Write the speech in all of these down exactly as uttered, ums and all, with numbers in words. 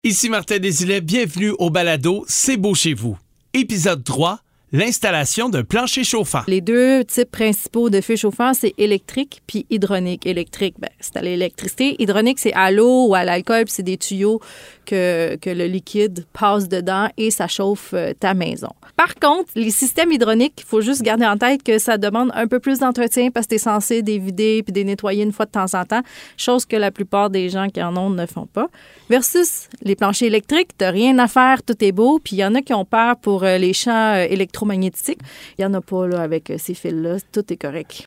Ici Martin Desilets, bienvenue au balado C'est beau chez vous. Épisode trois, l'installation d'un plancher chauffant. Les deux types principaux de fûts chauffants, c'est électrique puis hydronique. Électrique, ben, c'est à l'électricité. Hydronique, c'est à l'eau ou à l'alcool, puis c'est des tuyaux que, que le liquide passe dedans et ça chauffe euh, ta maison. Par contre, les systèmes hydroniques, il faut juste garder en tête que ça demande un peu plus d'entretien parce que tu es censé les vider puis les nettoyer une fois de temps en temps, chose que la plupart des gens qui en ont ne font pas. Versus les planchers électriques, tu n'as rien à faire, tout est beau, puis il y en a qui ont peur pour euh, les champs euh, électromagnétiques. Il n'y en a pas là, avec euh, ces fils-là, tout est correct.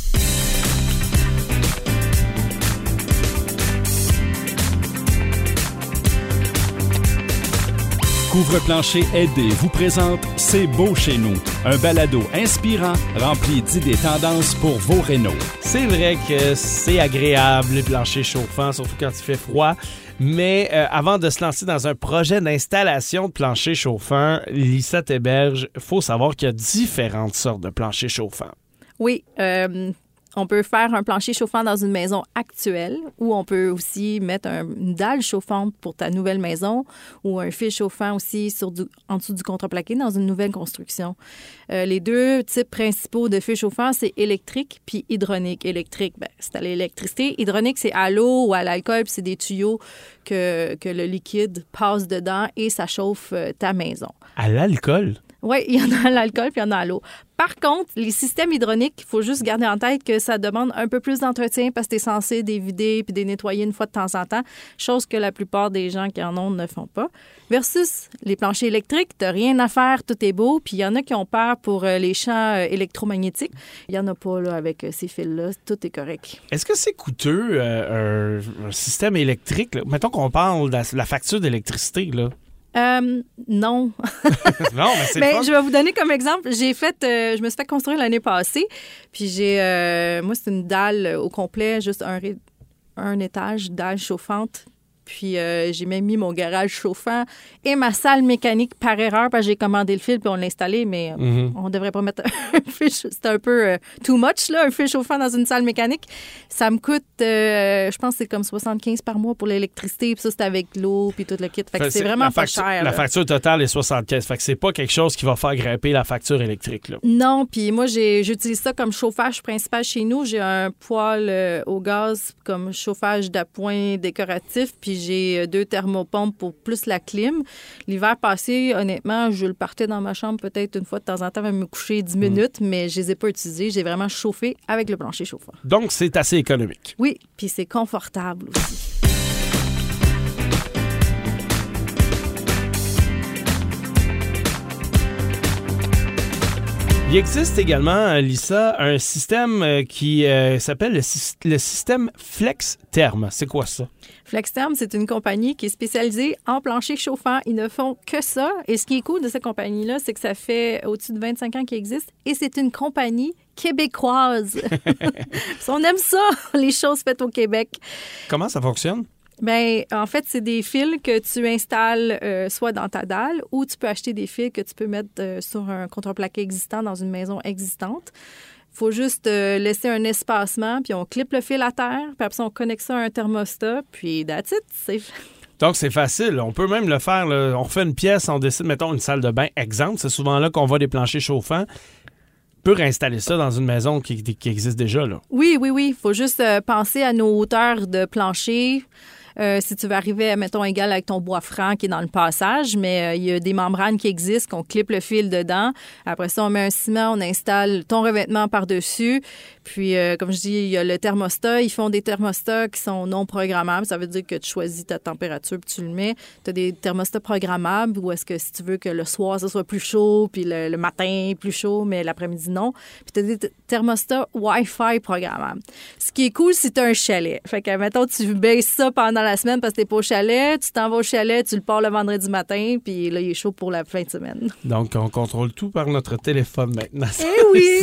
Couvre-plancher Aidé vous présente C'est beau chez nous, un balado inspirant rempli d'idées tendances pour vos rénaux. C'est vrai que c'est agréable, les planchers chauffants, surtout quand il fait froid. Mais euh, avant de se lancer dans un projet d'installation de plancher chauffant, Lisa Théberge, il faut savoir qu'il y a différentes sortes de planchers chauffants. Oui, euh, on peut faire un plancher chauffant dans une maison actuelle ou on peut aussi mettre un, une dalle chauffante pour ta nouvelle maison ou un fil chauffant aussi sur du, en dessous du contreplaqué dans une nouvelle construction. Euh, les deux types principaux de fils chauffants, c'est électrique puis hydronique. Électrique, ben, c'est à l'électricité. Hydronique, c'est à l'eau ou à l'alcool, puis c'est des tuyaux que, que le liquide passe dedans et ça chauffe euh, ta maison. À l'alcool? Oui, il y en a à l'alcool puis il y en a à l'eau. Par contre, les systèmes hydroniques, il faut juste garder en tête que ça demande un peu plus d'entretien parce que tu es censé les vider puis les nettoyer une fois de temps en temps, chose que la plupart des gens qui en ont ne font pas. Versus les planchers électriques, tu n'as rien à faire, tout est beau, puis il y en a qui ont peur pour euh, les champs euh, électromagnétiques. Il n'y en a pas là, avec euh, ces fils-là, tout est correct. Est-ce que c'est coûteux, euh, un, un système électrique? Là? Mettons qu'on parle de la, la facture d'électricité, là. Euh, non. Non, mais c'est mais fun. Je vais vous donner comme exemple. J'ai fait, euh, je me suis fait construire l'année passée. Puis j'ai, euh, moi, c'est une dalle au complet, juste un, un étage, dalle chauffante. Puis euh, j'ai même mis mon garage chauffant et ma salle mécanique par erreur parce que j'ai commandé le fil puis on l'a installé, mais mm-hmm. on devrait pas mettre un fil. C'est un peu euh, too much, là, un fil chauffant dans une salle mécanique. Ça me coûte, euh, je pense que c'est comme soixante-quinze par mois pour l'électricité. Puis ça, c'est avec l'eau puis tout le kit. Fait que fait, c'est, c'est vraiment pas facture, cher. La là. facture totale est soixante-quinze. Fait que c'est pas quelque chose qui va faire grimper la facture électrique, là. Non, puis moi, j'ai, j'utilise ça comme chauffage principal chez nous. J'ai un poêle euh, au gaz comme chauffage d'appoint décoratif, puis j'ai deux thermopompes pour plus la clim. L'hiver passé, honnêtement, je le partais dans ma chambre peut-être une fois de temps en temps, me coucher dix minutes, mmh. mais je les ai pas utilisés. J'ai vraiment chauffé avec le plancher chauffant. Donc, c'est assez économique. Oui, puis c'est confortable aussi. Il existe également, Lisa, un système qui euh, s'appelle le, le système FlexTherm. C'est quoi ça? FlexTherm, c'est une compagnie qui est spécialisée en plancher chauffant. Ils ne font que ça. Et ce qui est cool de cette compagnie-là, c'est que ça fait au-dessus de vingt-cinq ans qu'ils existent et c'est une compagnie québécoise. On aime ça, les choses faites au Québec. Comment ça fonctionne? Bien, en fait, c'est des fils que tu installes euh, soit dans ta dalle ou tu peux acheter des fils que tu peux mettre euh, sur un contreplaqué existant dans une maison existante. Il faut juste euh, laisser un espacement, puis on clippe le fil à terre, puis après ça, on connecte ça à un thermostat, puis that's it, c'est... Donc, c'est facile. On peut même le faire. Là. On refait une pièce, on décide, mettons, une salle de bain. Exemple, c'est souvent là qu'on voit des planchers chauffants. On peut réinstaller ça dans une maison qui, qui existe déjà, là. Oui, oui, oui. Il faut juste euh, penser à nos hauteurs de plancher. Euh, si tu veux arriver, mettons, égal avec ton bois franc qui est dans le passage, mais il euh, y a des membranes qui existent, qu'on clippe le fil dedans. Après ça, on met un ciment, on installe ton revêtement par-dessus. Puis, euh, comme je dis, il y a le thermostat. Ils font des thermostats qui sont non programmables. Ça veut dire que tu choisis ta température puis tu le mets. Tu as des thermostats programmables ou est-ce que si tu veux que le soir, ça soit plus chaud, puis le, le matin, plus chaud, mais l'après-midi, non. Puis tu as des thermostats Wi-Fi programmables. Ce qui est cool, c'est un chalet. Fait que, mettons, tu baisses ça pendant la semaine parce que t'es pas au chalet, tu t'en vas au chalet, tu le pars le vendredi matin, puis là, il est chaud pour la fin de semaine. Donc, on contrôle tout par notre téléphone maintenant. Eh oui!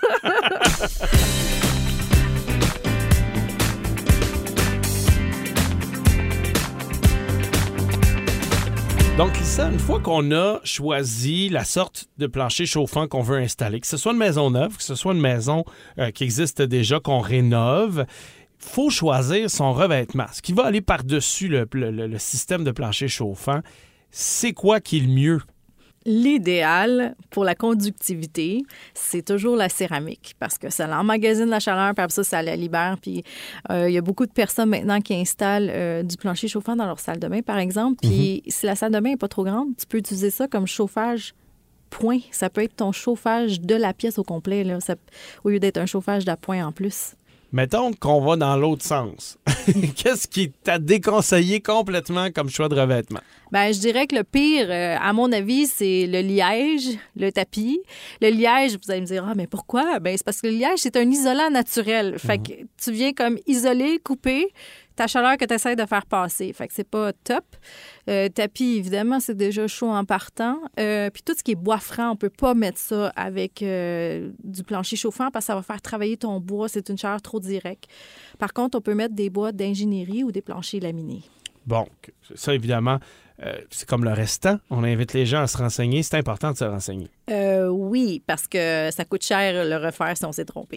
Donc, Lisa, une fois qu'on a choisi la sorte de plancher chauffant qu'on veut installer, que ce soit une maison neuve, que ce soit une maison euh, qui existe déjà, qu'on rénove, faut choisir son revêtement. Ce qui va aller par-dessus le, le, le système de plancher chauffant, c'est quoi qui est le mieux? L'idéal pour la conductivité, c'est toujours la céramique parce que ça emmagasine la chaleur, puis après ça, ça la libère. Puis euh, il y a beaucoup de personnes maintenant qui installent euh, du plancher chauffant dans leur salle de bain, par exemple. Puis mm-hmm. si la salle de bain n'est pas trop grande, tu peux utiliser ça comme chauffage point. Ça peut être ton chauffage de la pièce au complet, là, ça, au lieu d'être un chauffage d'appoint en plus. Mettons qu'on va dans l'autre sens. Qu'est-ce qui t'a déconseillé complètement comme choix de revêtement? Bien, je dirais que le pire, euh, à mon avis, c'est le liège, le tapis. Le liège, vous allez me dire, ah, mais pourquoi? Bien, c'est parce que le liège, c'est un isolant naturel. Fait que tu viens comme isoler, couper ta chaleur que tu essaies de faire passer. Fait que c'est pas top. Euh, tapis, évidemment, c'est déjà chaud en partant. Euh, puis tout ce qui est bois franc, on peut pas mettre ça avec euh, du plancher chauffant parce que ça va faire travailler ton bois. C'est une chaleur trop directe. Par contre, on peut mettre des bois d'ingénierie ou des planchers laminés. Bon, ça, évidemment, euh, c'est comme le restant. On invite les gens à se renseigner. C'est important de se renseigner. Euh, oui, parce que ça coûte cher le refaire si on s'est trompé.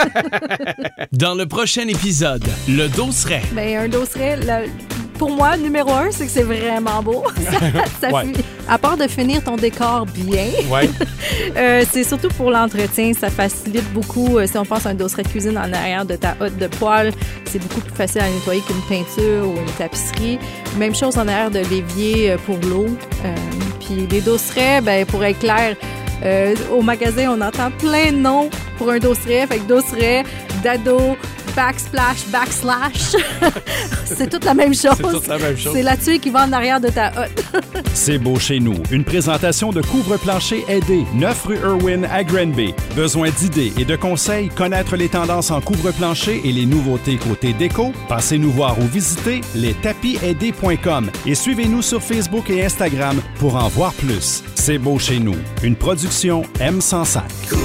Dans le prochain épisode, le dosseret. Bien, un dosseret, le, pour moi, numéro un, c'est que c'est vraiment beau. ça, ça ouais. fi- à part de finir ton décor bien, ouais. euh, c'est surtout pour l'entretien. Ça facilite beaucoup. Euh, si on pense à un dosseret de cuisine en arrière de ta hotte de poêle, c'est beaucoup plus facile à nettoyer qu'une peinture ou une tapisserie. Même chose en arrière de l'évier pour l'eau. Euh, puis les dosserets, ben, pour être clair, Euh, au magasin, on entend plein de noms pour un dosseret. Fait que dosseret, dado, backsplash, backslash. C'est toute la même chose. C'est toute la même chose. C'est la tuile qui va en arrière de ta hotte. C'est beau chez nous. Une présentation de Couvre-plancher aidé, neuf rue Irwin à Granby. Besoin d'idées et de conseils, connaître les tendances en couvre-plancher et les nouveautés côté déco? Passez nous voir ou visitez les tapis aidés point com et suivez-nous sur Facebook et Instagram pour en voir plus. C'est beau chez nous. Une production M cent cinq.